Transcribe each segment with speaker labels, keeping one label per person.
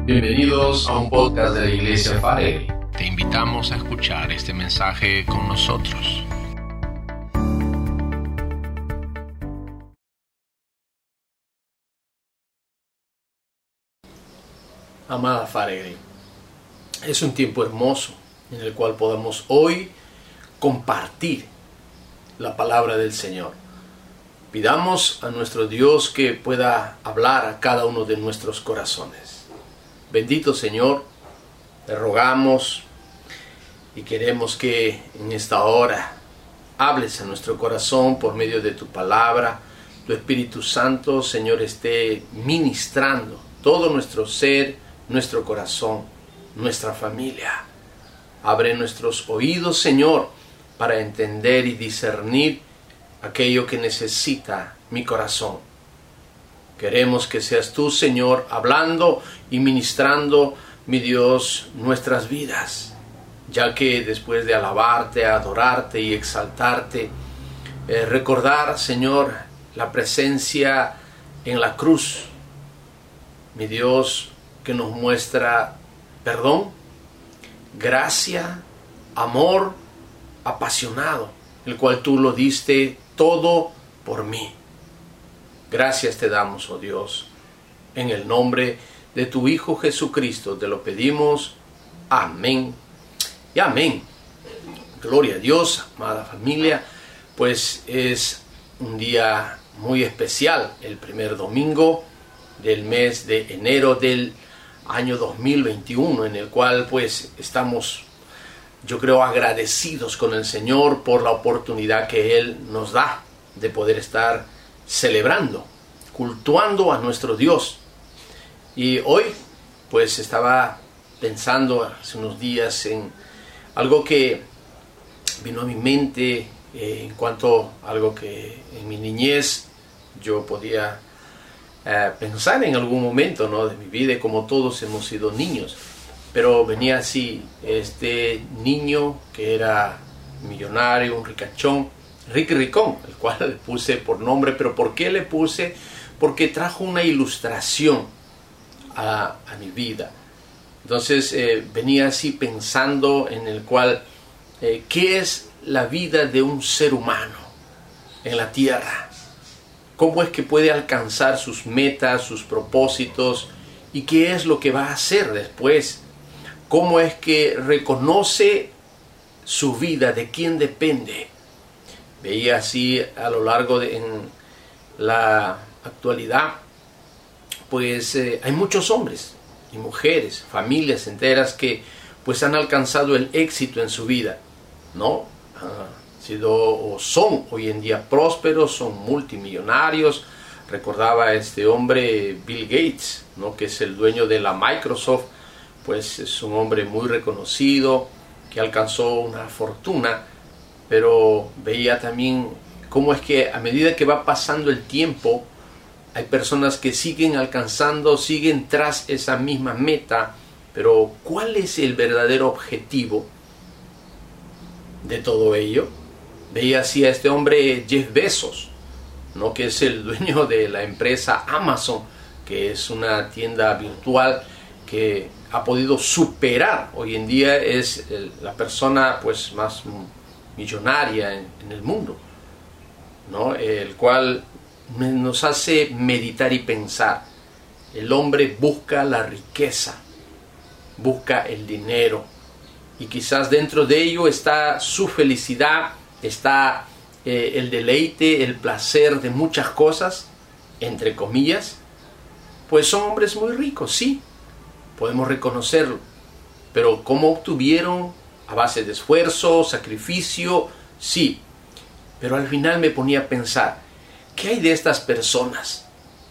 Speaker 1: Bienvenidos a un podcast de la Iglesia Farelli.
Speaker 2: Te invitamos a escuchar este mensaje con nosotros.
Speaker 3: Amada Farelli, es un tiempo hermoso en el cual podemos hoy compartir la palabra del Señor. Pidamos a nuestro Dios que pueda hablar a cada uno de nuestros corazones. Bendito Señor, te rogamos y queremos que en esta hora hables a nuestro corazón por medio de tu palabra. Tu Espíritu Santo, Señor, esté ministrando todo nuestro ser, nuestro corazón, nuestra familia. Abre nuestros oídos, Señor, para entender y discernir aquello que necesita mi corazón. Queremos que seas tú, Señor, hablando y ministrando, mi Dios, nuestras vidas, ya que después de alabarte, adorarte y exaltarte, recordar, Señor, la presencia en la cruz, mi Dios, que nos muestra perdón, gracia, amor apasionado, el cual tú lo diste todo por mí. Gracias te damos, oh Dios, en el nombre de tu Hijo Jesucristo te lo pedimos. Amén y amén. Gloria a Dios, amada familia, pues es un día muy especial, el primer domingo del mes de enero del año 2021, en el cual pues estamos, yo creo, agradecidos con el Señor por la oportunidad que Él nos da de poder estar celebrando, cultuando a nuestro Dios. Y hoy pues estaba pensando hace unos días en algo que vino a mi mente en cuanto a algo que en mi niñez yo podía pensar en algún momento, ¿no?, de mi vida, y como todos hemos sido niños. Pero venía así, este niño que era millonario, un ricachón, Ricky Ricón, el cual le puse por nombre. ¿Pero por qué le puse? Porque trajo una ilustración a mi vida. Entonces venía así pensando en el cual, ¿qué es la vida de un ser humano en la tierra? ¿Cómo es que puede alcanzar sus metas, sus propósitos? ¿Y qué es lo que va a hacer después? ¿Cómo es que reconoce su vida? ¿De quién depende? Veía así a lo largo en la actualidad, pues hay muchos hombres y mujeres, familias enteras que pues han alcanzado el éxito en su vida, ¿no? Sido o son hoy en día prósperos, son multimillonarios. Recordaba a este hombre, Bill Gates, ¿no?, que es el dueño de la Microsoft. Pues es un hombre muy reconocido, que alcanzó una fortuna, pero veía también cómo es que a medida que va pasando el tiempo, hay personas que siguen alcanzando, siguen tras esa misma meta, pero ¿cuál es el verdadero objetivo de todo ello? Veía así a este hombre Jeff Bezos, ¿no?, que es el dueño de la empresa Amazon, que es una tienda virtual que ha podido superar, hoy en día es la persona pues más millonaria en el mundo, ¿no?, el cual nos hace meditar y pensar. El hombre busca la riqueza, busca el dinero, y quizás dentro de ello está su felicidad, está el deleite, el placer de muchas cosas, entre comillas. Pues son hombres muy ricos, sí, podemos reconocerlo, pero ¿cómo obtuvieron? A base de esfuerzo, sacrificio, sí. Pero al final me ponía a pensar, ¿qué hay de estas personas?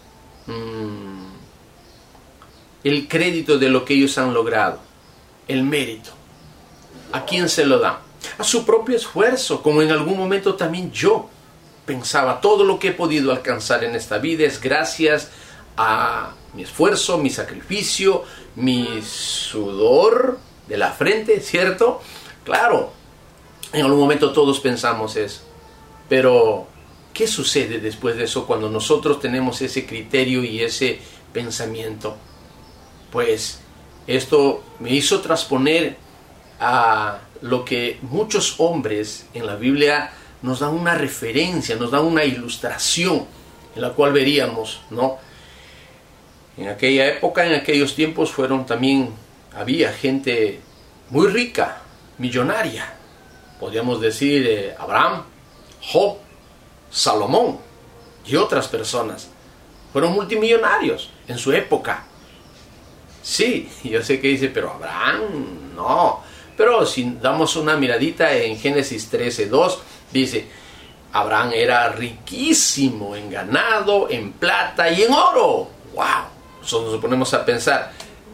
Speaker 3: El crédito de lo que ellos han logrado, el mérito, ¿a quién se lo dan? A su propio esfuerzo, como en algún momento también yo pensaba, todo lo que he podido alcanzar en esta vida es gracias a mi esfuerzo, mi sacrificio, mi sudor de la frente, ¿cierto? Claro, en algún momento todos pensamos eso, pero ¿qué sucede después de eso cuando nosotros tenemos ese criterio y ese pensamiento? Pues Esto me hizo transponer a lo que muchos hombres en la Biblia nos dan una referencia, nos dan una ilustración en la cual veríamos, ¿no? En aquella época, en aquellos tiempos había gente muy rica, millonaria. Podríamos decir Abraham, Job, Salomón y otras personas. Fueron multimillonarios en su época. Sí, yo sé que dice, pero Abraham, no. Pero si damos una miradita en Génesis 13:2, dice, Abraham era riquísimo en ganado, en plata y en oro. ¡Wow! Nosotros nos ponemos a pensar,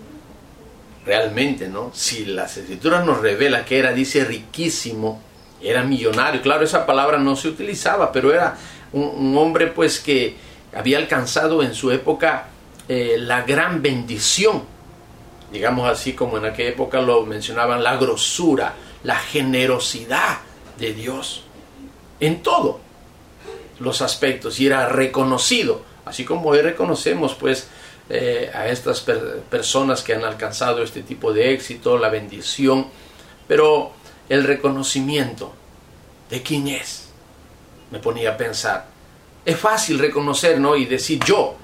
Speaker 3: realmente, ¿no? Si las escrituras nos revelan que dice riquísimo, era millonario. Claro, esa palabra no se utilizaba, pero era un hombre pues que había alcanzado en su época la gran bendición. Digamos así como en aquella época lo mencionaban, la grosura, la generosidad de Dios en todos los aspectos, y era reconocido, así como hoy reconocemos pues a estas personas que han alcanzado este tipo de éxito, la bendición, pero el reconocimiento de quién es, me ponía a pensar. Es fácil reconocer, ¿no? Y decir yo,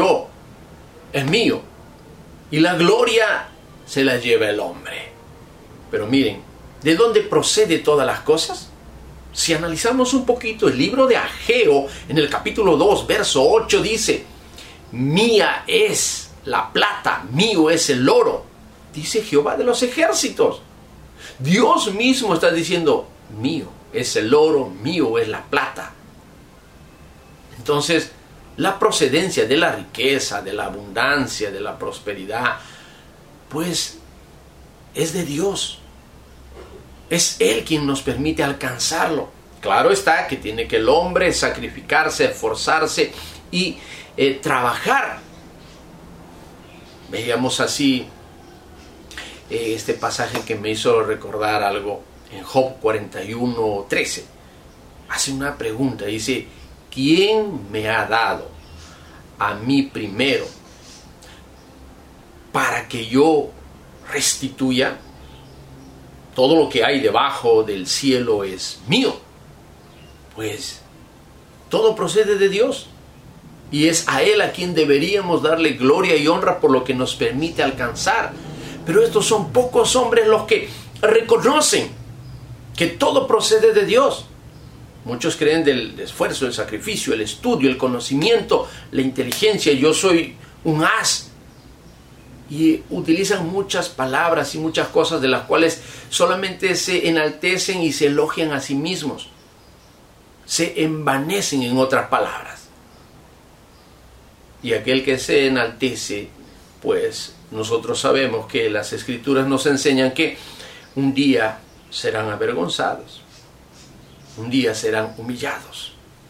Speaker 3: es mío, y la gloria se la lleva el hombre. Pero miren, ¿de dónde procede todas las cosas? Si analizamos un poquito el libro de Ageo, en el capítulo 2, verso 8, dice, mía es la plata, mío es el oro, dice Jehová de los ejércitos. Dios mismo está diciendo, mío es el oro, mío es la plata. Entonces, la procedencia de la riqueza, de la abundancia, de la prosperidad, pues es de Dios. Es Él quien nos permite alcanzarlo. Claro está que tiene que el hombre sacrificarse, esforzarse y trabajar. Veíamos así este pasaje que me hizo recordar algo en Job 41:13. Hace una pregunta, dice, ¿quién me ha dado a mí primero para que yo restituya? Todo lo que hay debajo del cielo es mío. Pues todo procede de Dios. Y es a Él a quien deberíamos darle gloria y honra por lo que nos permite alcanzar. Pero estos son pocos hombres los que reconocen que todo procede de Dios. Muchos creen del esfuerzo, el sacrificio, el estudio, el conocimiento, la inteligencia. Yo soy un as. Y utilizan muchas palabras y muchas cosas de las cuales solamente se enaltecen y se elogian a sí mismos. Se envanecen, en otras palabras. Y aquel que se enaltece, pues nosotros sabemos que las Escrituras nos enseñan que un día serán avergonzados, un día serán humillados.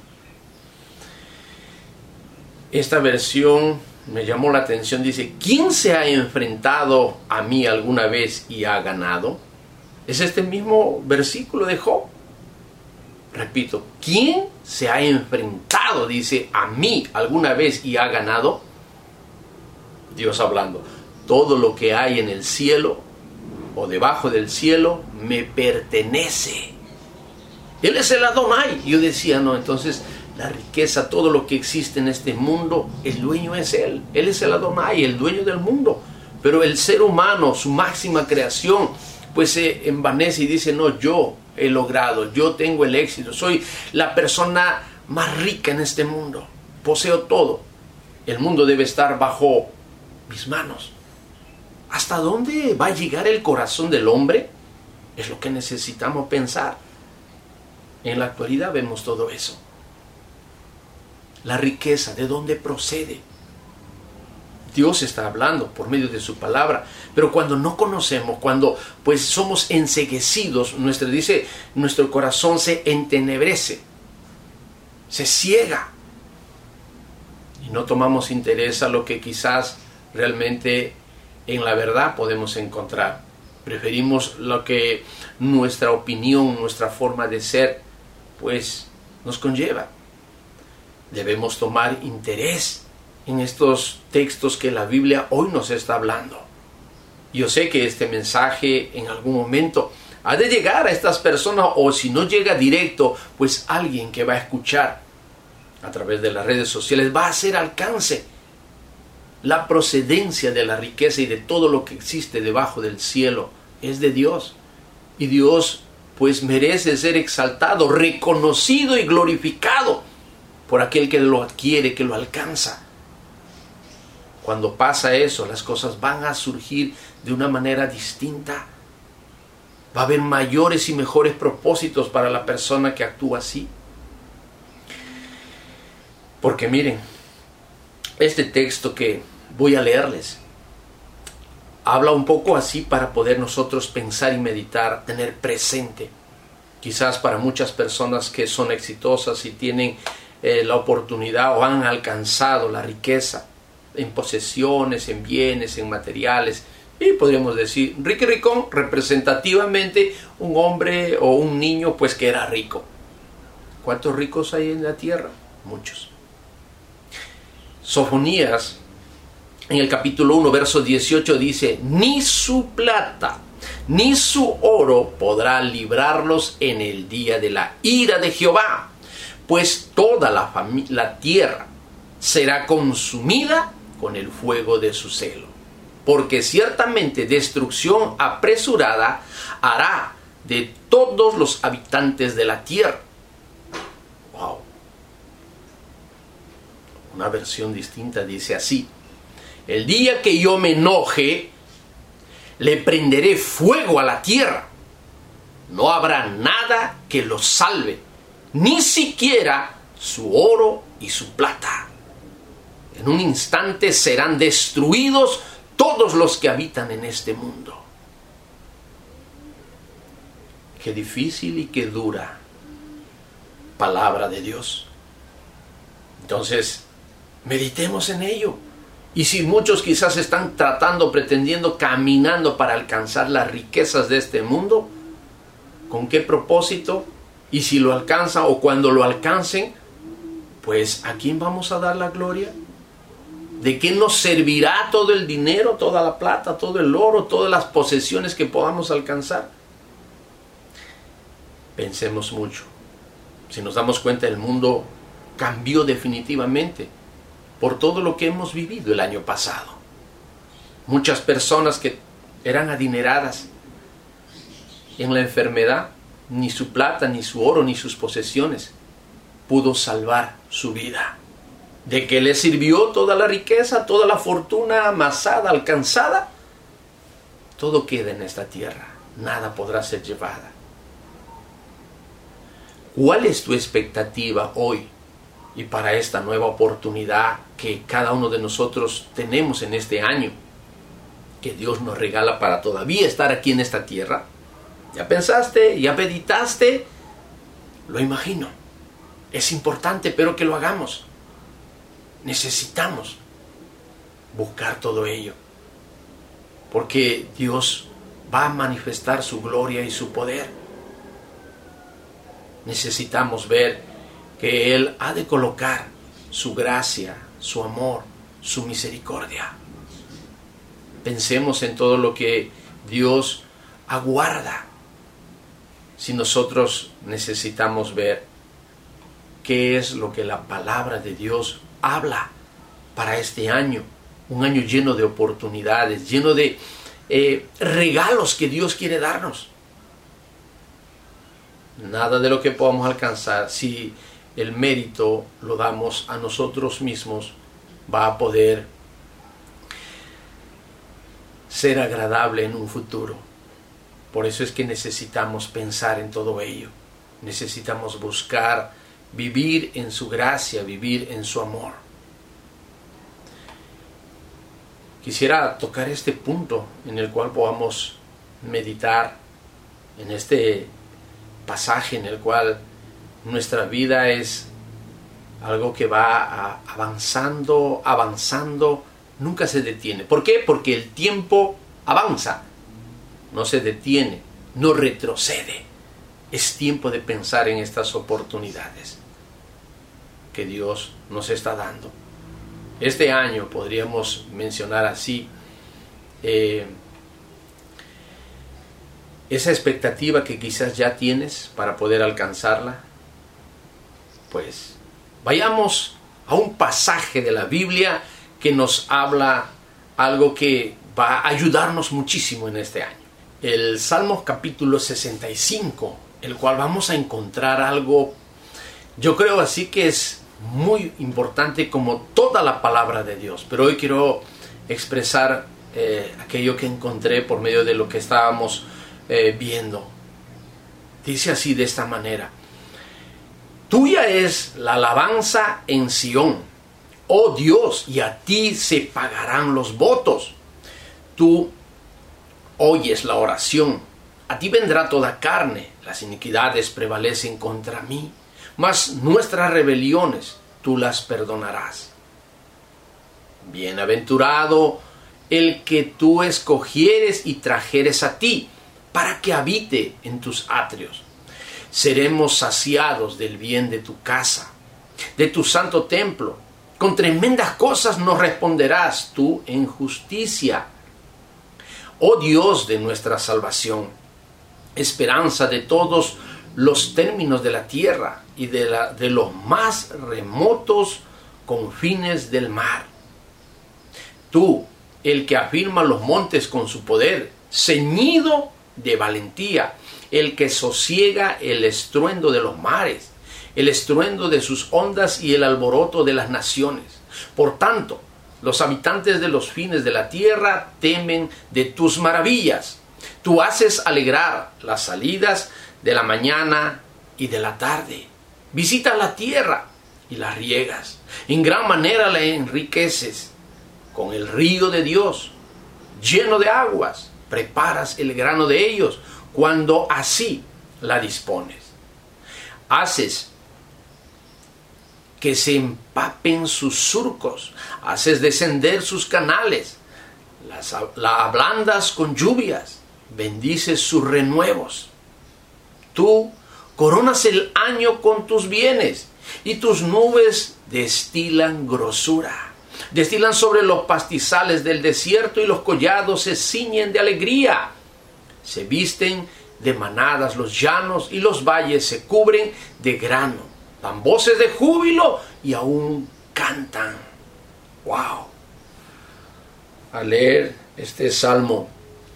Speaker 3: Esta versión me llamó la atención, dice, ¿quién se ha enfrentado a mí alguna vez y ha ganado? Es este mismo versículo de Job. Repito, ¿quién se ha enfrentado, dice, a mí alguna vez y ha ganado? Dios hablando, todo lo que hay en el cielo o debajo del cielo me pertenece. Él es el Adonai. Yo decía, no, entonces la riqueza, todo lo que existe en este mundo, el dueño es Él. Él es el Adonai, el dueño del mundo. Pero el ser humano, su máxima creación, pues se envanece y dice, no, yo he logrado, yo tengo el éxito, soy la persona más rica en este mundo, poseo todo. El mundo debe estar bajo mis manos. ¿Hasta dónde va a llegar el corazón del hombre? Es lo que necesitamos pensar. En la actualidad vemos todo eso. La riqueza, ¿de dónde procede? Dios está hablando por medio de su palabra, pero cuando no conocemos, cuando pues somos enceguecidos, nuestro corazón se entenebrece, se ciega y no tomamos interés a lo que quizás realmente en la verdad podemos encontrar. Preferimos lo que nuestra opinión, nuestra forma de ser, pues nos conlleva. Debemos tomar interés en estos textos que la Biblia hoy nos está hablando. Yo sé que este mensaje en algún momento ha de llegar a estas personas, o si no llega directo, pues alguien que va a escuchar a través de las redes sociales va a hacer alcance la procedencia de la riqueza y de todo lo que existe debajo del cielo es de Dios. Y Dios pues merece ser exaltado, reconocido y glorificado por aquel que lo adquiere, que lo alcanza. Cuando pasa eso, las cosas van a surgir de una manera distinta. Va a haber mayores y mejores propósitos para la persona que actúa así. Porque miren, este texto que voy a leerles habla un poco así para poder nosotros pensar y meditar, tener presente. Quizás para muchas personas que son exitosas y tienen la oportunidad o han alcanzado la riqueza en posesiones, en bienes, en materiales, y podríamos decir rico y ricón, representativamente un hombre o un niño pues que era rico. ¿Cuántos ricos hay en la tierra? Muchos. Sofonías en el capítulo 1 verso 18 dice: ni su plata ni su oro podrá librarlos en el día de la ira de Jehová, pues toda la tierra será consumida con el fuego de su celo, porque ciertamente destrucción apresurada hará de todos los habitantes de la tierra. Wow. Una versión distinta dice así: el día que yo me enoje, le prenderé fuego a la tierra. No habrá nada que los salve, ni siquiera su oro y su plata. En un instante serán destruidos todos los que habitan en este mundo. Qué difícil y qué dura palabra de Dios. Entonces, meditemos en ello. Y si muchos quizás están tratando, pretendiendo, caminando para alcanzar las riquezas de este mundo, ¿con qué propósito? Y si lo alcanzan o cuando lo alcancen, pues ¿a quién vamos a dar la gloria? ¿De qué nos servirá todo el dinero, toda la plata, todo el oro, todas las posesiones que podamos alcanzar? Pensemos mucho. Si nos damos cuenta, el mundo cambió definitivamente por todo lo que hemos vivido el año pasado. Muchas personas que eran adineradas en la enfermedad, ni su plata, ni su oro, ni sus posesiones pudo salvar su vida. ¿De qué le sirvió toda la riqueza, toda la fortuna amasada, alcanzada? Todo queda en esta tierra, nada podrá ser llevada. ¿Cuál es tu expectativa hoy y para esta nueva oportunidad que cada uno de nosotros tenemos en este año, que Dios nos regala para todavía estar aquí en esta tierra? ¿Ya pensaste? ¿Ya meditaste? Lo imagino. Es importante, pero que lo hagamos. Necesitamos buscar todo ello, porque Dios va a manifestar su gloria y su poder. Necesitamos ver que Él ha de colocar su gracia, su amor, su misericordia. Pensemos en todo lo que Dios aguarda. Si nosotros necesitamos ver qué es lo que la palabra de Dios habla para este año, un año lleno de oportunidades, lleno de regalos que Dios quiere darnos. Nada de lo que podamos alcanzar, si el mérito lo damos a nosotros mismos, va a poder ser agradable en un futuro. Por eso es que necesitamos pensar en todo ello. Necesitamos buscar vivir en su gracia, vivir en su amor. Quisiera tocar este punto en el cual podamos meditar en este pasaje en el cual nuestra vida es algo que va avanzando, nunca se detiene. ¿Por qué? Porque el tiempo avanza, no se detiene, no retrocede. Es tiempo de pensar en estas oportunidades que Dios nos está dando. Este año podríamos mencionar así, esa expectativa que quizás ya tienes para poder alcanzarla? Pues vayamos a un pasaje de la Biblia que nos habla algo que va a ayudarnos muchísimo en este año. El Salmos capítulo 65, el cual vamos a encontrar algo, yo creo así que es muy importante como toda la palabra de Dios. Pero hoy quiero expresar aquello que encontré por medio de lo que estábamos viendo. Dice así, de esta manera: tuya es la alabanza en Sión, oh Dios, y a ti se pagarán los votos. Tú oyes la oración, a ti vendrá toda carne, las iniquidades prevalecen contra mí, mas nuestras rebeliones tú las perdonarás. Bienaventurado el que tú escogieres y trajeres a ti, para que habite en tus atrios. Seremos saciados del bien de tu casa, de tu santo templo. Con tremendas cosas nos responderás tú en justicia. Oh Dios de nuestra salvación, esperanza de todos los términos de la tierra y de los más remotos confines del mar. Tú, el que afirma los montes con su poder, ceñido de valentía, el que sosiega el estruendo de los mares, el estruendo de sus ondas y el alboroto de las naciones. Por tanto, los habitantes de los fines de la tierra temen de tus maravillas. Tú haces alegrar las salidas de la mañana y de la tarde. Visitas la tierra y la riegas. En gran manera la enriqueces. Con el río de Dios, lleno de aguas, preparas el grano de ellos cuando así la dispones. Haces que se empapen sus surcos, haces descender sus canales, la ablandas con lluvias, bendices sus renuevos. Tú coronas el año con tus bienes y tus nubes destilan grosura. Destilan sobre los pastizales del desierto y los collados se ciñen de alegría. Se visten de manadas los llanos y los valles se cubren de grano. Dan voces de júbilo y aún cantan. ¡Wow! Al leer este salmo,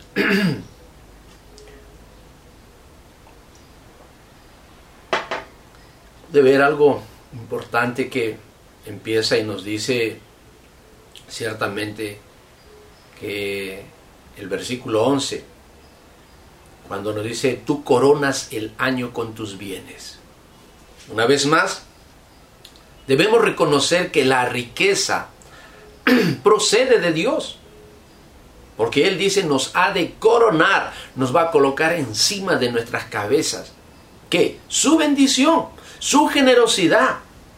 Speaker 3: de ver algo importante que empieza y nos dice ciertamente que el versículo 11, cuando nos dice: tú coronas el año con tus bienes. Una vez más, debemos reconocer que la riqueza procede de Dios, porque Él dice: nos ha de coronar, nos va a colocar encima de nuestras cabezas. ¿Qué? Su bendición, su generosidad.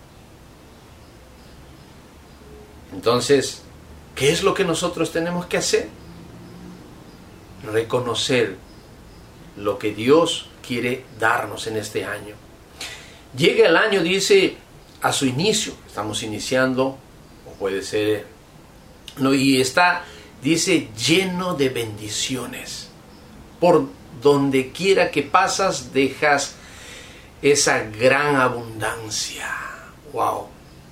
Speaker 3: Entonces, ¿qué es lo que nosotros tenemos que hacer? Reconocer lo que Dios quiere darnos en este año. Llega el año, dice, a su inicio. Estamos iniciando, o puede ser, no, y está, dice, lleno de bendiciones. Por donde quiera que pasas, dejas esa gran abundancia. ¡Wow!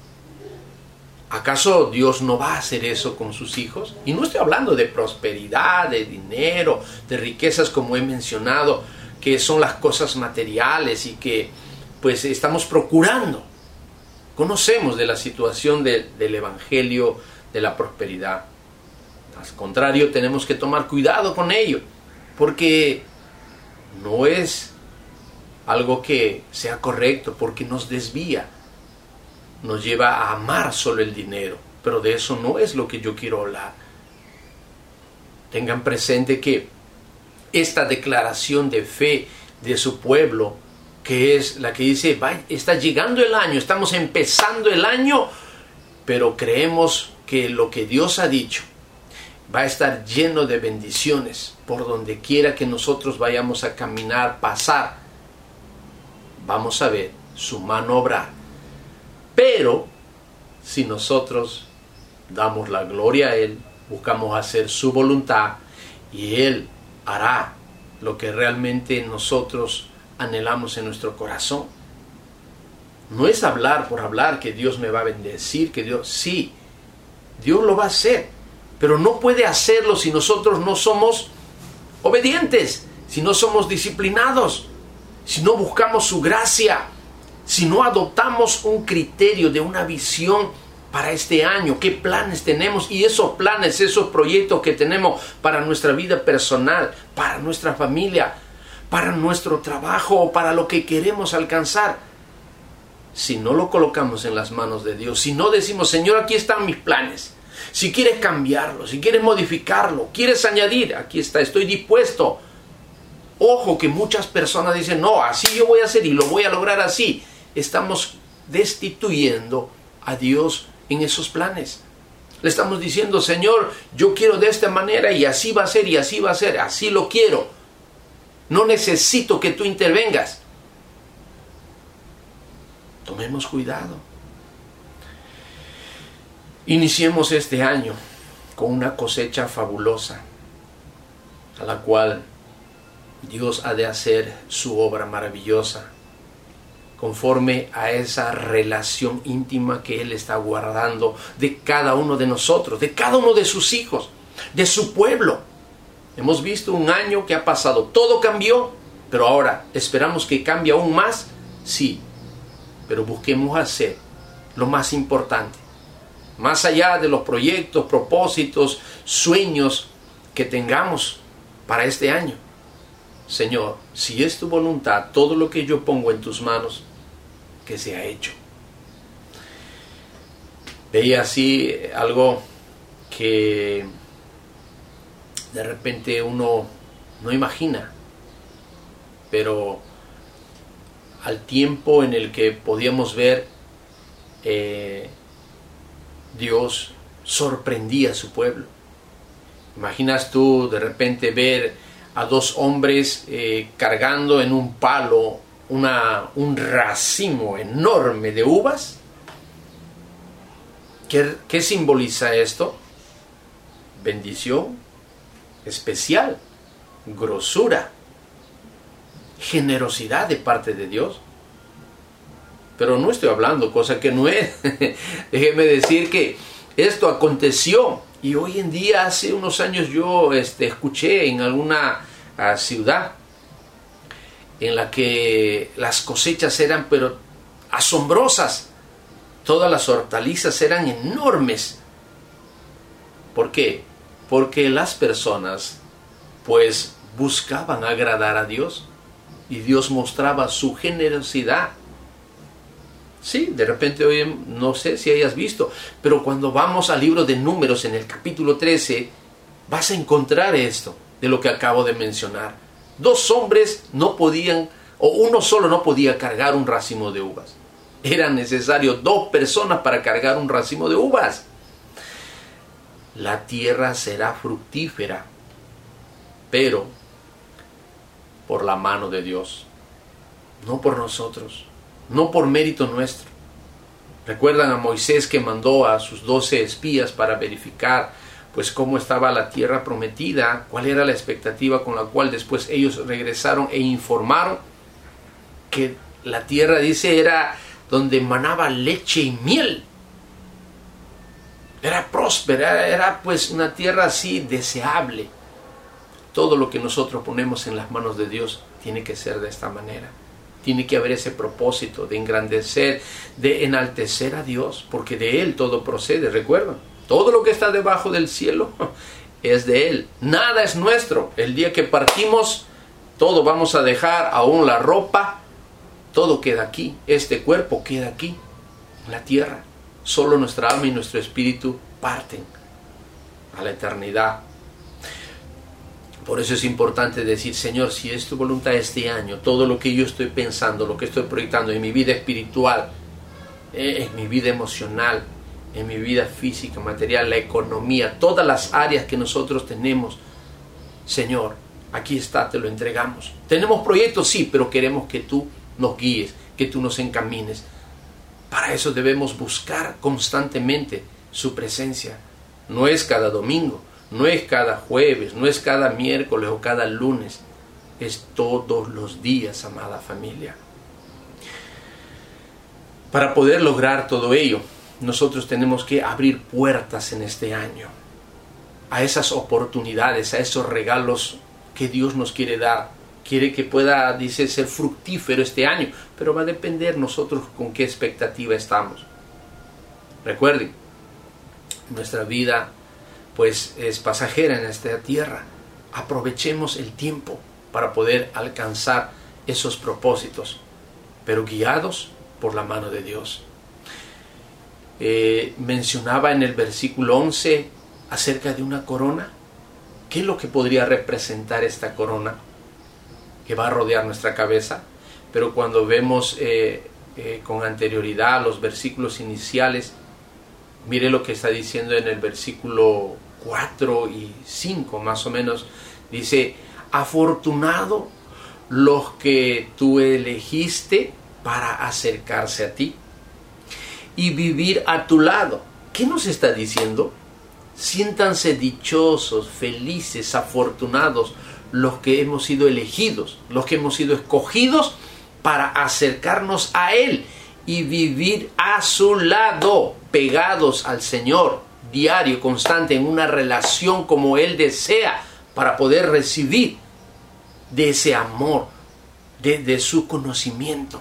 Speaker 3: ¿Acaso Dios no va a hacer eso con sus hijos? Y no estoy hablando de prosperidad, de dinero, de riquezas como he mencionado, que son las cosas materiales y que pues estamos procurando. Conocemos de la situación del evangelio de la prosperidad. Al contrario, tenemos que tomar cuidado con ello, porque no es algo que sea correcto, porque nos desvía. Nos lleva a amar solo el dinero, pero de eso no es lo que yo quiero hablar. Tengan presente que esta declaración de fe de su pueblo, que es la que dice, está llegando el año, estamos empezando el año, pero creemos que lo que Dios ha dicho va a estar lleno de bendiciones por donde quiera que nosotros vayamos a caminar, pasar. Vamos a ver su mano obrar. Pero si nosotros damos la gloria a Él, buscamos hacer su voluntad, y Él hará lo que realmente nosotros anhelamos en nuestro corazón. No es hablar por hablar que Dios me va a bendecir, que Dios, sí, Dios lo va a hacer, pero no puede hacerlo si nosotros no somos obedientes, si no somos disciplinados, si no buscamos su gracia, si no adoptamos un criterio de una visión para este año, qué planes tenemos, y esos planes, esos proyectos que tenemos para nuestra vida personal, para nuestra familia, para nuestro trabajo, para lo que queremos alcanzar. Si no lo colocamos en las manos de Dios, si no decimos, Señor, aquí están mis planes, si quieres cambiarlo, si quieres modificarlo, quieres añadir, aquí está, estoy dispuesto. Ojo que muchas personas dicen, no, así yo voy a hacer y lo voy a lograr así. Estamos destituyendo a Dios en esos planes. Le estamos diciendo, Señor, yo quiero de esta manera y así va a ser y así va a ser, así lo quiero. No necesito que tú intervengas. Tomemos cuidado. Iniciemos este año con una cosecha fabulosa, a la cual Dios ha de hacer su obra maravillosa, conforme a esa relación íntima que Él está guardando de cada uno de nosotros, de cada uno de sus hijos, de su pueblo. Hemos visto un año que ha pasado, todo cambió, pero ahora esperamos que cambie aún más, sí, pero busquemos hacer lo más importante, más allá de los proyectos, propósitos, sueños que tengamos para este año. Señor, si es tu voluntad, todo lo que yo pongo en tus manos, que sea hecho. Veía así algo que de repente uno no imagina, pero al tiempo en el que podíamos ver, Dios sorprendía a su pueblo. ¿Imaginas tú de repente ver a dos hombres cargando en un palo un racimo enorme de uvas? ¿Qué simboliza esto? Bendición especial, grosura, generosidad de parte de Dios. Pero no estoy hablando cosa que no es. Déjeme decir que esto aconteció. Y hoy en día, hace unos años yo escuché en alguna ciudad en la que las cosechas eran pero asombrosas. Todas las hortalizas eran enormes. ¿Por qué? Porque las personas pues buscaban agradar a Dios y Dios mostraba su generosidad. Sí, de repente hoy no sé si hayas visto, pero cuando vamos al libro de Números en el capítulo 13, vas a encontrar esto de lo que acabo de mencionar. Dos hombres no podían, o uno solo no podía cargar un racimo de uvas. Eran necesarios 2 personas para cargar un racimo de uvas. La tierra será fructífera, pero por la mano de Dios, no por nosotros, no por mérito nuestro. ¿Recuerdan a Moisés que mandó a sus 12 espías para verificar pues cómo estaba la tierra prometida? ¿Cuál era la expectativa con la cual después ellos regresaron e informaron que la tierra, dice, era donde manaba leche y miel? Era próspera, era pues una tierra así deseable. Todo lo que nosotros ponemos en las manos de Dios tiene que ser de esta manera. Tiene que haber ese propósito de engrandecer, de enaltecer a Dios, porque de Él todo procede. Recuerdan, todo lo que está debajo del cielo es de Él. Nada es nuestro. El día que partimos, todo vamos a dejar, aún la ropa, todo queda aquí. Este cuerpo queda aquí, en la tierra. Solo nuestra alma y nuestro espíritu parten a la eternidad. Por eso es importante decir, Señor, si es tu voluntad este año, todo lo que yo estoy pensando, lo que estoy proyectando en mi vida espiritual, en mi vida emocional, en mi vida física, material, la economía, todas las áreas que nosotros tenemos, Señor, aquí está, te lo entregamos. Tenemos proyectos, sí, pero queremos que tú nos guíes, que tú nos encamines. Para eso debemos buscar constantemente su presencia. No es cada domingo, no es cada jueves, no es cada miércoles o cada lunes. es todos los días, amada familia. Para poder lograr todo ello, nosotros tenemos que abrir puertas en este año a esas oportunidades, a esos regalos que Dios nos quiere dar. Quiere que pueda, dice, ser fructífero este año, pero va a depender nosotros con qué expectativa estamos. Recuerden, nuestra vida pues es pasajera en esta tierra. Aprovechemos el tiempo para poder alcanzar esos propósitos, pero guiados por la mano de Dios. Mencionaba en el versículo 11 acerca de una corona. ¿Qué es lo que podría representar esta corona que va a rodear nuestra cabeza? Pero cuando vemos con anterioridad los versículos iniciales, mire lo que está diciendo en el versículo 4 y 5 más o menos. Dice: afortunado los que tú elegiste para acercarse a ti y vivir a tu lado. ¿Qué nos está diciendo? Siéntanse dichosos, felices, afortunados los que hemos sido elegidos, los que hemos sido escogidos para acercarnos a Él y vivir a su lado, pegados al Señor, diario, constante, en una relación como Él desea, para poder recibir de ese amor, de su conocimiento.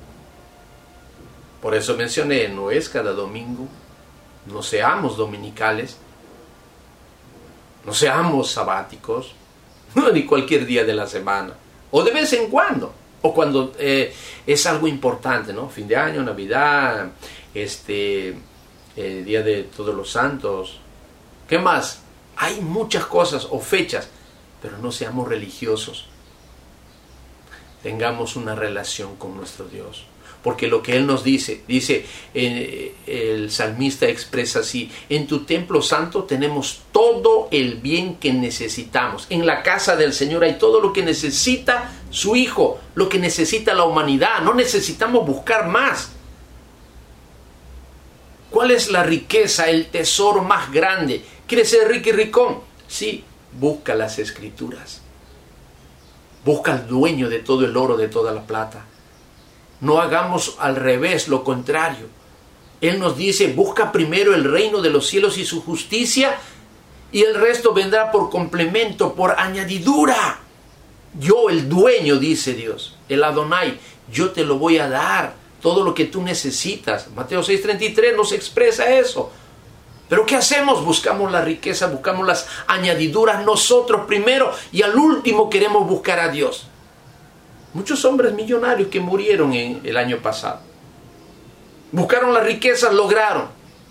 Speaker 3: Por eso mencioné, no es cada domingo, no seamos dominicales, no seamos sabáticos, ni cualquier día de la semana, o de vez en cuando, o cuando es algo importante, ¿no? Fin de año, Navidad, Día de Todos los Santos. ¿Qué más? Hay muchas cosas o fechas, pero no seamos religiosos. Tengamos una relación con nuestro Dios. Porque lo que Él nos dice, el salmista expresa así: en tu templo santo tenemos todo el bien que necesitamos. En la casa del Señor hay todo lo que necesita su Hijo, lo que necesita la humanidad. No necesitamos buscar más. ¿Cuál es la riqueza, el tesoro más grande? ¿Quieres ser rico y ricón? Sí, busca las Escrituras. Busca al dueño de todo el oro, de toda la plata. No hagamos al revés, lo contrario. Él nos dice: busca primero el reino de los cielos y su justicia, y el resto vendrá por complemento, por añadidura. Yo, el dueño, dice Dios, el Adonai, yo te lo voy a dar, todo lo que tú necesitas. Mateo 6:33 nos expresa eso. Pero ¿qué hacemos? Buscamos la riqueza, buscamos las añadiduras nosotros primero, y al último queremos buscar a Dios. Muchos hombres millonarios que murieron en el año pasado buscaron la riqueza, lograron,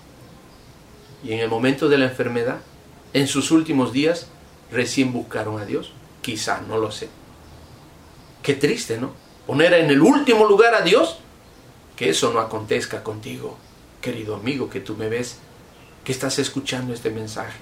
Speaker 3: y en el momento de la enfermedad, en sus últimos días, recién buscaron a Dios. Quizás, no lo sé. Qué triste, ¿no? Poner en el último lugar a Dios. Que eso no acontezca contigo, querido amigo, que tú me ves, que estás escuchando este mensaje.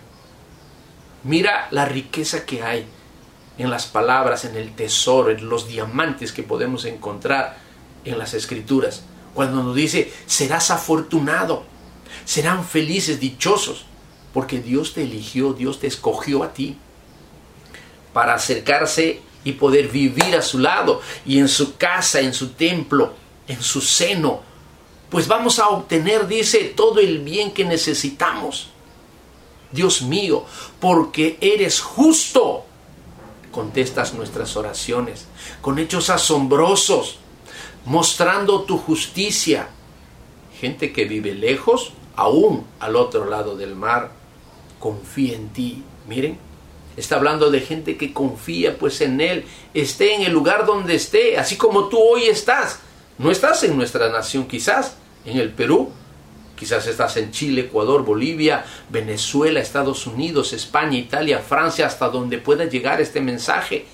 Speaker 3: Mira la riqueza que hay en las palabras, en el tesoro, en los diamantes que podemos encontrar en las Escrituras. Cuando nos dice: serás afortunado, serán felices, dichosos, porque Dios te eligió, Dios te escogió a ti para acercarse y poder vivir a su lado, y en su casa, en su templo, en su seno, pues vamos a obtener, dice, todo el bien que necesitamos. Dios mío, porque eres justo, contestas nuestras oraciones con hechos asombrosos, mostrando tu justicia. Gente que vive lejos, aún al otro lado del mar, confía en ti. Miren, está hablando de gente que confía pues en Él, esté en el lugar donde esté, así como tú hoy estás. No estás en nuestra nación, quizás en el Perú, quizás estás en Chile, Ecuador, Bolivia, Venezuela, Estados Unidos, España, Italia, Francia, hasta donde pueda llegar este mensaje.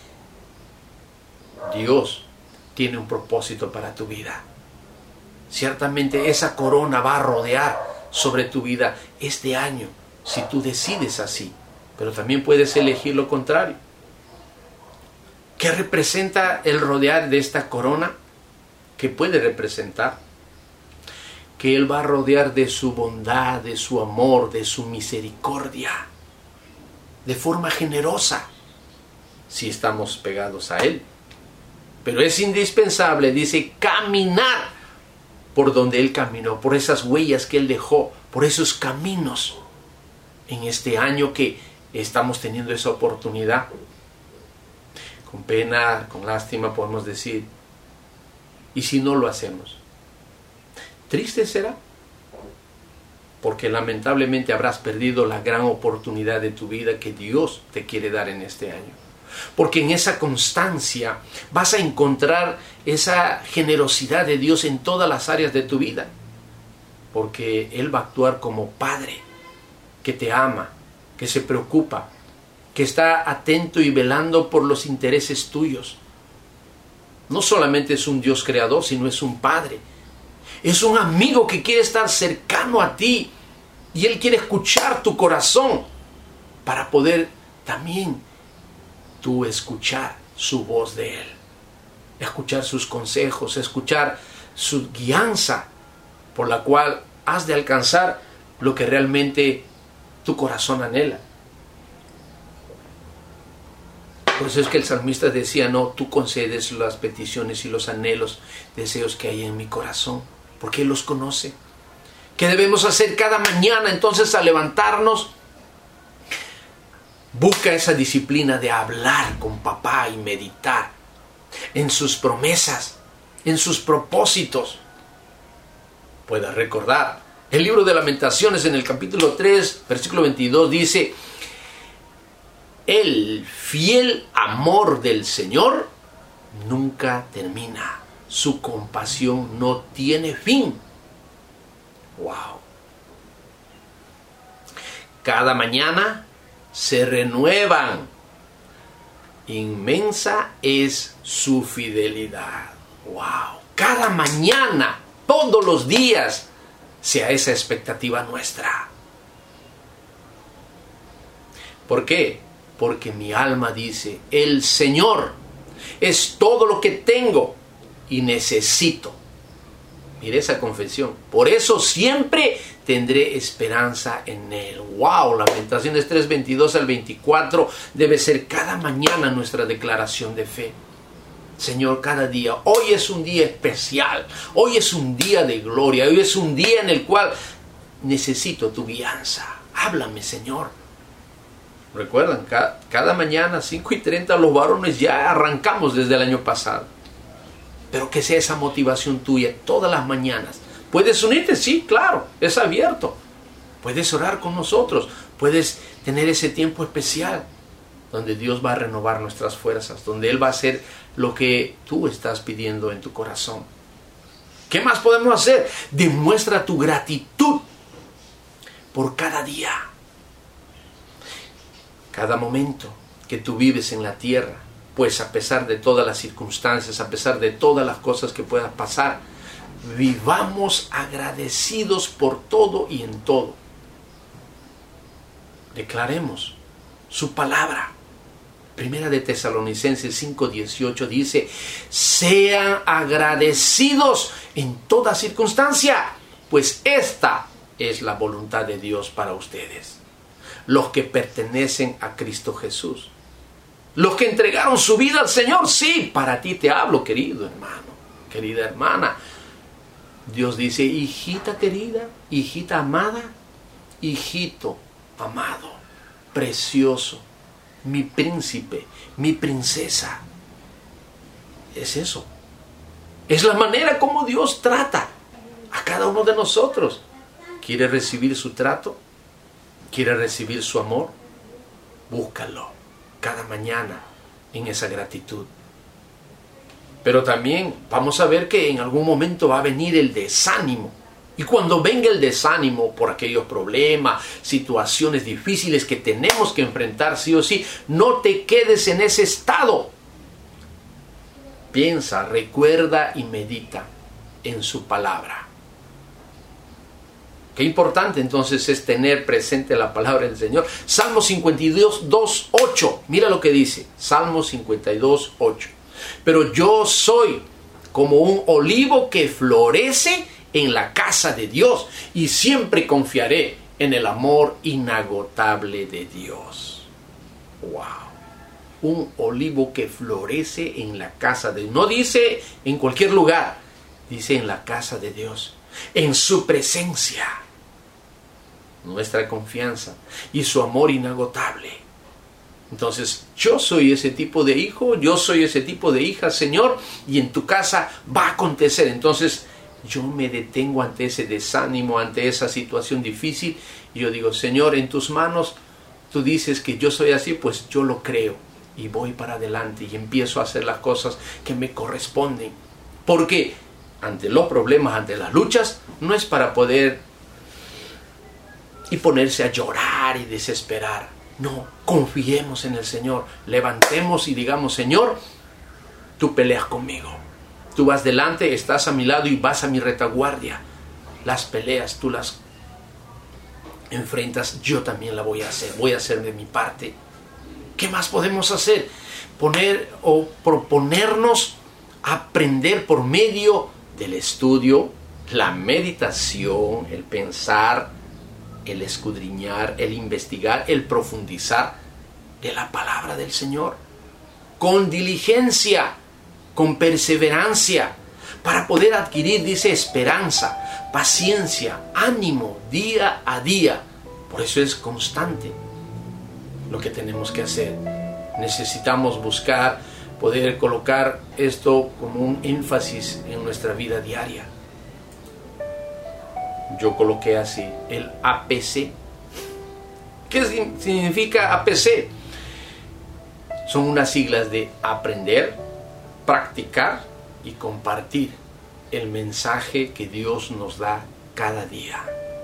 Speaker 3: Dios tiene un propósito para tu vida. Ciertamente esa corona va a rodear sobre tu vida este año, si tú decides así, pero también puedes elegir lo contrario. ¿Qué representa el rodear de esta corona? ¿Qué puede representar? Que Él va a rodear de su bondad, de su amor, de su misericordia, de forma generosa. si estamos pegados a Él. Pero es indispensable, dice, caminar por donde Él caminó, por esas huellas que Él dejó, por esos caminos. En este año que estamos teniendo esa oportunidad, con pena, con lástima podemos decir, ¿y si no lo hacemos? Triste será, porque lamentablemente habrás perdido la gran oportunidad de tu vida que Dios te quiere dar en este año. Porque en esa constancia vas a encontrar esa generosidad de Dios en todas las áreas de tu vida. Porque Él va a actuar como Padre, que te ama, que se preocupa, que está atento y velando por los intereses tuyos. No solamente es un Dios creador, sino es un Padre. Es un amigo que quiere estar cercano a ti. Y Él quiere escuchar tu corazón para poder también tú escuchar su voz de Él. Escuchar sus consejos, escuchar su guianza por la cual has de alcanzar lo que realmente tu corazón anhela. Por eso es que el salmista decía, no, tú concedes las peticiones y los anhelos, deseos que hay en mi corazón, porque Él los conoce. ¿Qué debemos hacer cada mañana entonces al levantarnos? Busca esa disciplina de hablar con papá y meditar en sus promesas, en sus propósitos. Puedas recordar, el libro de Lamentaciones en el capítulo 3, versículo 22 dice, el fiel amor del Señor nunca termina, su compasión no tiene fin. ¡Wow! Cada mañana se renuevan. Inmensa es su fidelidad. ¡Wow! Cada mañana, todos los días, sea esa expectativa nuestra. ¿Por qué? Porque mi alma dice, el Señor es todo lo que tengo y necesito. Mire esa confesión. Por eso siempre tendré esperanza en Él. ¡Wow! Lamentaciones 3, 22 al 24 debe ser cada mañana nuestra declaración de fe. Señor, cada día. Hoy es un día especial. Hoy es un día de gloria. Hoy es un día en el cual necesito tu guianza. Háblame, Señor. Recuerdan, cada mañana 5:30 los varones ya arrancamos desde el año pasado. Pero que sea esa motivación tuya todas las mañanas. ¿Puedes unirte? Sí, claro, es abierto. Puedes orar con nosotros. Puedes tener ese tiempo especial donde Dios va a renovar nuestras fuerzas, donde Él va a hacer lo que tú estás pidiendo en tu corazón. ¿Qué más podemos hacer? Demuestra tu gratitud por cada día. Cada momento que tú vives en la tierra, pues a pesar de todas las circunstancias, a pesar de todas las cosas que puedan pasar, vivamos agradecidos por todo y en todo. Declaremos su palabra. Primera de Tesalonicenses 5:18 dice, sean agradecidos en toda circunstancia, pues esta es la voluntad de Dios para ustedes. Los que pertenecen a Cristo Jesús. Los que entregaron su vida al Señor. Sí, para ti te hablo, querido hermano, querida hermana. Dios dice, hijita querida, hijita amada, hijito amado, precioso, mi príncipe, mi princesa. Es eso. Es la manera como Dios trata a cada uno de nosotros. ¿Quiere recibir su trato? ¿Quiere recibir su amor? Búscalo cada mañana en esa gratitud. Pero también vamos a ver que en algún momento va a venir el desánimo. Y cuando venga el desánimo por aquellos problemas, situaciones difíciles que tenemos que enfrentar sí o sí, no te quedes en ese estado. Piensa, recuerda y medita en su palabra. Qué importante entonces es tener presente la palabra del Señor. Salmo 52, 8. Mira lo que dice. Salmo 52, 8. Pero yo soy como un olivo que florece en la casa de Dios y siempre confiaré en el amor inagotable de Dios. ¡Wow! un olivo que florece en la casa de Dios. No dice en cualquier lugar, dice en la casa de Dios, en su presencia. Nuestra confianza y su amor inagotable. Entonces, yo soy ese tipo de hijo, yo soy ese tipo de hija, Señor, y en tu casa va a acontecer. Entonces, yo me detengo ante ese desánimo, ante esa situación difícil, y yo digo, Señor, en tus manos, tú dices que yo soy así, pues yo lo creo, y voy para adelante, y empiezo a hacer las cosas que me corresponden. Porque ante los problemas, ante las luchas, no es para poder y ponerse a llorar y desesperar. No, confiemos en el Señor. Levantemos y digamos, Señor, tú peleas conmigo. Tú vas delante, estás a mi lado y vas a mi retaguardia. Las peleas, tú las enfrentas, yo también la voy a hacer. Voy a hacer de mi parte. ¿Qué más podemos hacer? Proponernos aprender por medio del estudio, la meditación, el pensar, el escudriñar, el investigar, el profundizar de la palabra del Señor, con diligencia, con perseverancia, para poder adquirir, dice, esperanza, paciencia, ánimo, día a día. Por eso es constante lo que tenemos que hacer. Necesitamos buscar, poder colocar esto como un énfasis en nuestra vida diaria. Yo coloqué así, el APC. ¿Qué significa APC? Son unas siglas de aprender, practicar y compartir el mensaje que Dios nos da cada día.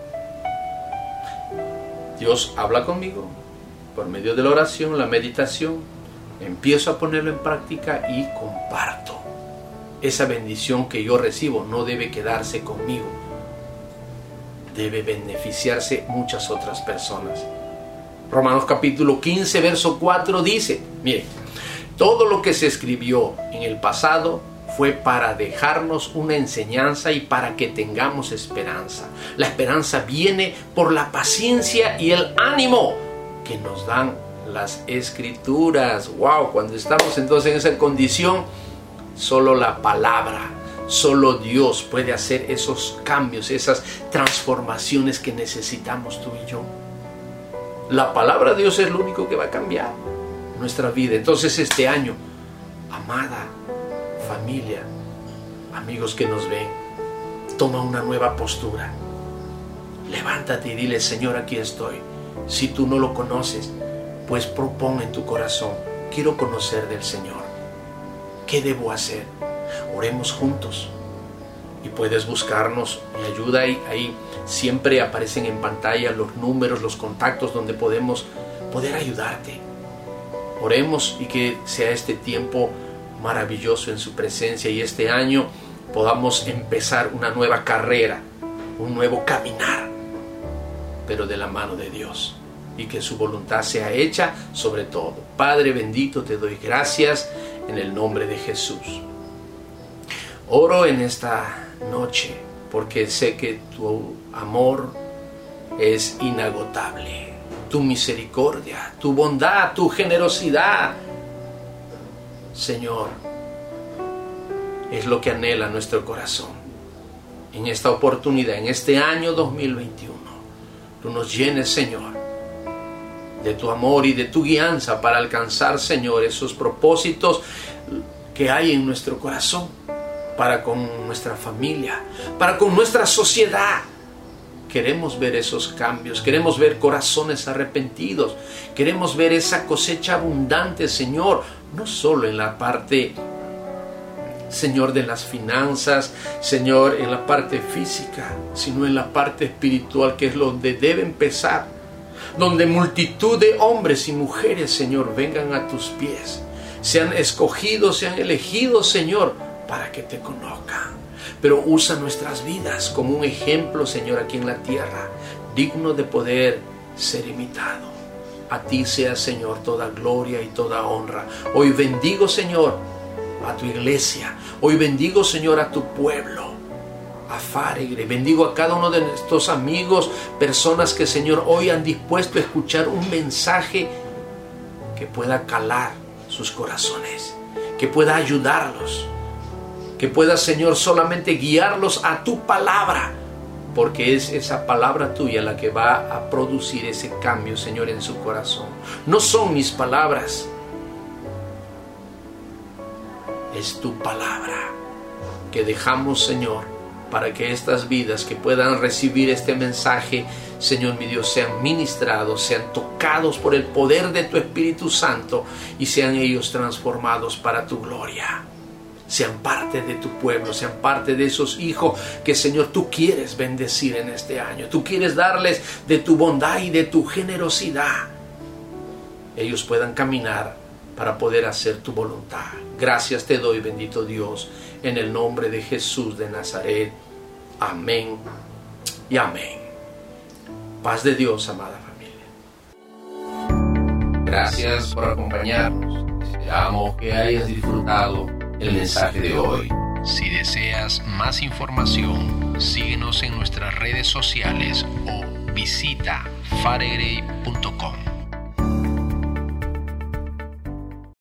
Speaker 3: Dios habla conmigo por medio de la oración, la meditación. Empiezo a ponerlo en práctica y comparto. Esa bendición que yo recibo no debe quedarse conmigo. Debe beneficiarse muchas otras personas. Romanos capítulo 15, verso 4 dice, miren, todo lo que se escribió en el pasado fue para dejarnos una enseñanza y para que tengamos esperanza. La esperanza viene por la paciencia y el ánimo que nos dan las escrituras. Wow, cuando estamos entonces en esa condición, solo la palabra, solo Dios puede hacer esos cambios, esas transformaciones que necesitamos tú y yo. La palabra de Dios es lo único que va a cambiar nuestra vida. Entonces este año, amada familia, amigos que nos ven, toma una nueva postura. Levántate y dile, Señor, aquí estoy. Si tú no lo conoces, pues propon en tu corazón, quiero conocer del Señor. ¿Qué debo hacer? Oremos juntos. Y puedes buscarnos mi ayuda y ahí siempre aparecen en pantalla los números, los contactos donde podemos poder ayudarte. Oremos y que sea este tiempo maravilloso en su presencia y este año podamos empezar una nueva carrera, un nuevo caminar, pero de la mano de Dios, y que su voluntad sea hecha sobre todo. Padre bendito, te doy gracias en el nombre de Jesús. Oro en esta noche porque sé que tu amor es inagotable, tu misericordia, tu bondad, tu generosidad, Señor, es lo que anhela nuestro corazón. En esta oportunidad, en este año 2021, tú nos llenes, Señor, de tu amor y de tu guianza para alcanzar, Señor, esos propósitos que hay en nuestro corazón, para con nuestra familia, para con nuestra sociedad. Queremos ver esos cambios, queremos ver corazones arrepentidos, queremos ver esa cosecha abundante, Señor, no solo en la parte, Señor, de las finanzas, Señor, en la parte física, sino en la parte espiritual, que es donde debe empezar, donde multitud de hombres y mujeres, Señor, vengan a tus pies, sean escogidos, sean elegidos, Señor, para que te conozcan. Pero usa nuestras vidas como un ejemplo, Señor, aquí en la tierra, digno de poder ser imitado. A ti sea, Señor, toda gloria y toda honra. Hoy bendigo, Señor, a tu iglesia. Hoy bendigo, Señor, a tu pueblo, a Faregre. Bendigo a cada uno de nuestros amigos, personas que, Señor, hoy han dispuesto a escuchar un mensaje que pueda calar sus corazones, que pueda ayudarlos, que pueda, Señor, solamente guiarlos a tu palabra, porque es esa palabra tuya la que va a producir ese cambio, Señor, en su corazón. No son mis palabras, es tu palabra que dejamos, Señor, para que estas vidas que puedan recibir este mensaje, Señor mi Dios, sean ministrados, sean tocados por el poder de tu Espíritu Santo y sean ellos transformados para tu gloria. Sean parte de tu pueblo, sean parte de esos hijos que, Señor, tú quieres bendecir en este año. Tú quieres darles de tu bondad y de tu generosidad. Ellos puedan caminar para poder hacer tu voluntad. Gracias te doy, bendito Dios, en el nombre de Jesús de Nazaret. Amén y amén. Paz de Dios, amada familia.
Speaker 1: Gracias por acompañarnos. Esperamos que hayas disfrutado el mensaje de hoy.
Speaker 2: Si deseas más información, síguenos en nuestras redes sociales o visita faregre.com.